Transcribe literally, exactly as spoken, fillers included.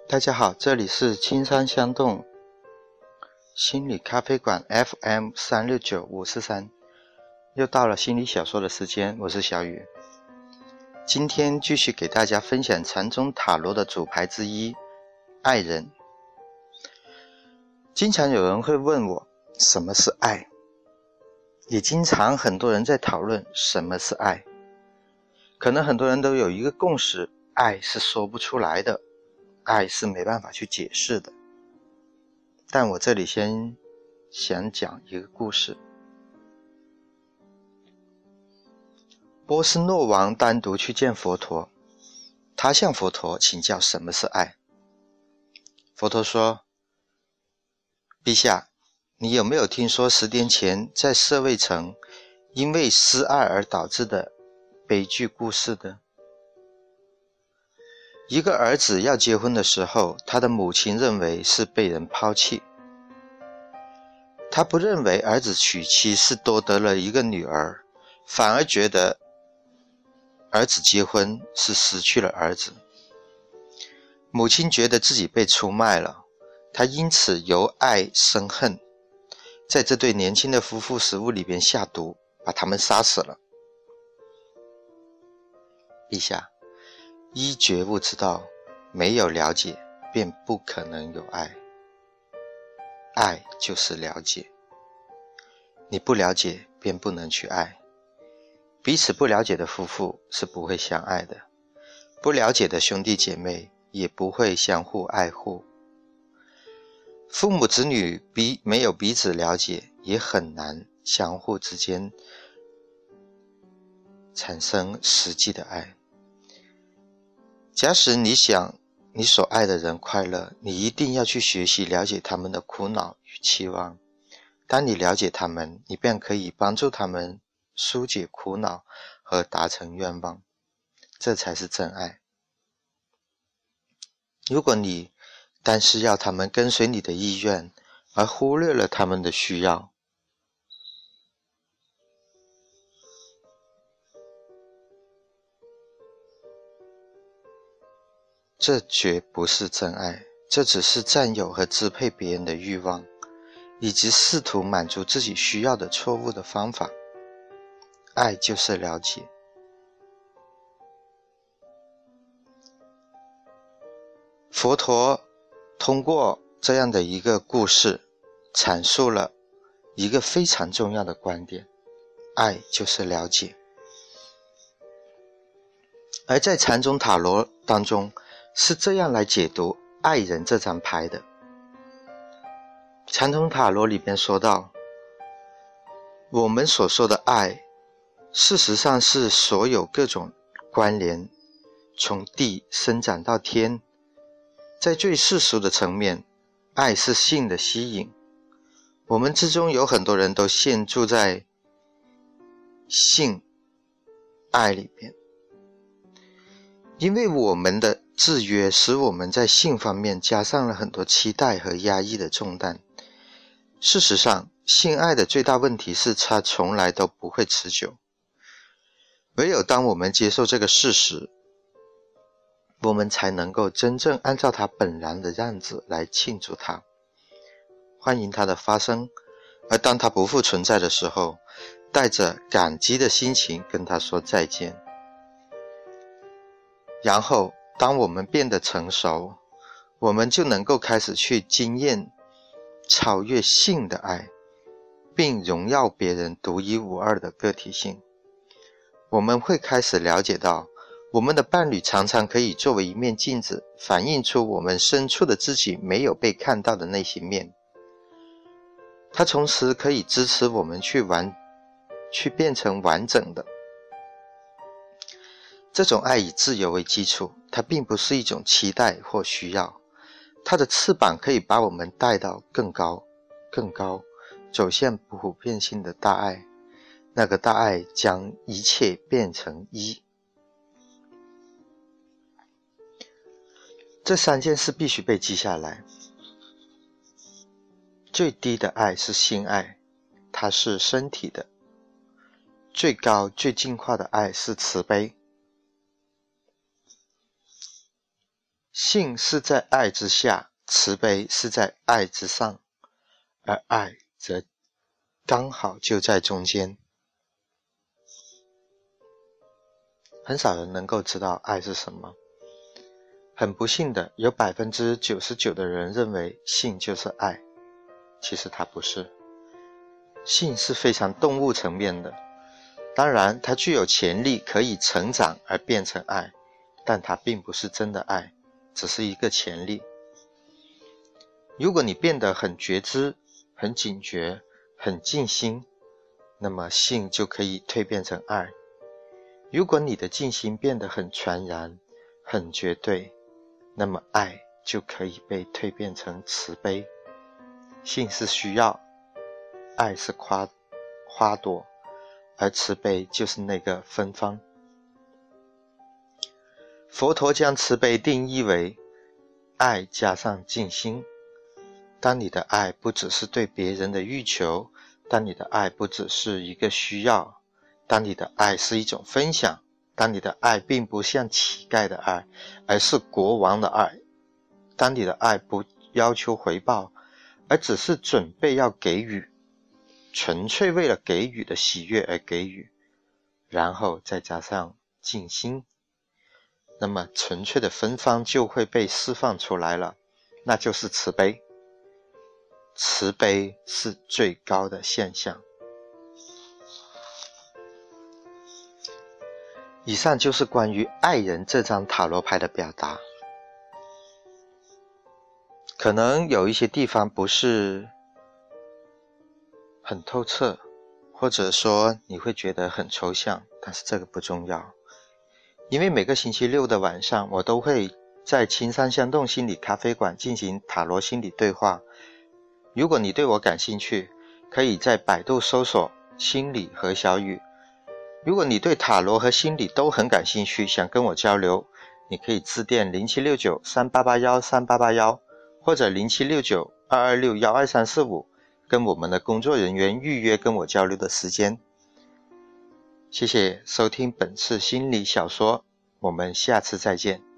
大家好，这里是青山相动心理咖啡馆 F M 三六九五四三，又到了心理小说的时间，我是小雨。今天继续给大家分享禅宗塔罗的主牌之一爱人。经常有人会问我什么是爱，也经常很多人在讨论什么是爱。可能很多人都有一个共识，爱是说不出来的，爱是没办法去解释的。但我这里先想讲一个故事。波斯诺王单独去见佛陀，他向佛陀请教什么是爱。佛陀说，陛下，你有没有听说十年前在舍卫城因为失爱而导致的悲剧故事的？一个儿子要结婚的时候，他的母亲认为是被人抛弃。他不认为儿子娶妻是多得了一个女儿，反而觉得儿子结婚是失去了儿子。母亲觉得自己被出卖了，她因此由爱生恨，在这对年轻的夫妇食物里边下毒，把他们杀死了。陛下，依觉悟之道，没有了解便不可能有爱。爱就是了解，你不了解便不能去爱。彼此不了解的夫妇是不会相爱的，不了解的兄弟姐妹也不会相互爱护。父母子女彼没有彼此了解，也很难相互之间产生实际的爱。假使你想你所爱的人快乐，你一定要去学习了解他们的苦恼与期望。当你了解他们，你便可以帮助他们疏解苦恼和达成愿望，这才是真爱。如果你单是要他们跟随你的意愿，而忽略了他们的需要，这绝不是真爱，这只是占有和支配别人的欲望，以及试图满足自己需要的错误的方法。爱就是了解。佛陀通过这样的一个故事，阐述了一个非常重要的观点，爱就是了解。而在禅宗塔罗当中，是这样来解读爱人这张牌的。禅宗塔罗里边说到，我们所说的爱，事实上是所有各种关联，从地生长到天。在最世俗的层面，爱是性的吸引。我们之中有很多人都陷住在性爱里边，因为我们的制约使我们在性方面加上了很多期待和压抑的重担。事实上，性爱的最大问题是它从来都不会持久。唯有当我们接受这个事实，我们才能够真正按照它本然的样子来庆祝它，欢迎它的发生。而当它不复存在的时候，带着感激的心情跟它说再见。然后当我们变得成熟，我们就能够开始去经验超越性的爱，并荣耀别人独一无二的个体性。我们会开始了解到，我们的伴侣常常可以作为一面镜子，反映出我们深处的自己没有被看到的那些面。它同时可以支持我们去完去变成完整的。这种爱以自由为基础，它并不是一种期待或需要，它的翅膀可以把我们带到更高更高，走向普遍性的大爱。那个大爱将一切变成一。这三件事必须被记下来。最低的爱是性爱，它是身体的。最高最进化的爱是慈悲。 性是在爱之下，慈悲是在爱之上，而爱则刚好就在中间。很少人能够知道爱是什么。很不幸的，有 百分之九十九 的人认为性就是爱，其实它不是。性是非常动物层面的，当然它具有潜力可以成长而变成爱，但它并不是真的爱，只是一个潜力。如果你变得很觉知、很警觉、很静心，那么性就可以蜕变成爱。如果你的静心变得很全然、很绝对，那么爱就可以被蜕变成慈悲。性是需要，爱是花花朵，而慈悲就是那个芬芳。佛陀将慈悲定义为爱加上静心。当你的爱不只是对别人的欲求，当你的爱不只是一个需要，当你的爱是一种分享，当你的爱并不像乞丐的爱，而是国王的爱，当你的爱不要求回报，而只是准备要给予，纯粹为了给予的喜悦而给予，然后再加上静心，那么纯粹的芬芳就会被释放出来了，那就是慈悲。慈悲是最高的现象。以上就是关于爱人这张塔罗牌的表达。可能有一些地方不是很透彻，或者说你会觉得很抽象，但是这个不重要。因为每个星期六的晚上，我都会在青山香洞心理咖啡馆进行塔罗心理对话。如果你对我感兴趣，可以在百度搜索心理何小雨。如果你对塔罗和心理都很感兴趣，想跟我交流，你可以致电零七六九三八八一三八八一或者零七六九二二六一二三四五，跟我们的工作人员预约跟我交流的时间。谢谢收听本次心理小说，我们下次再见。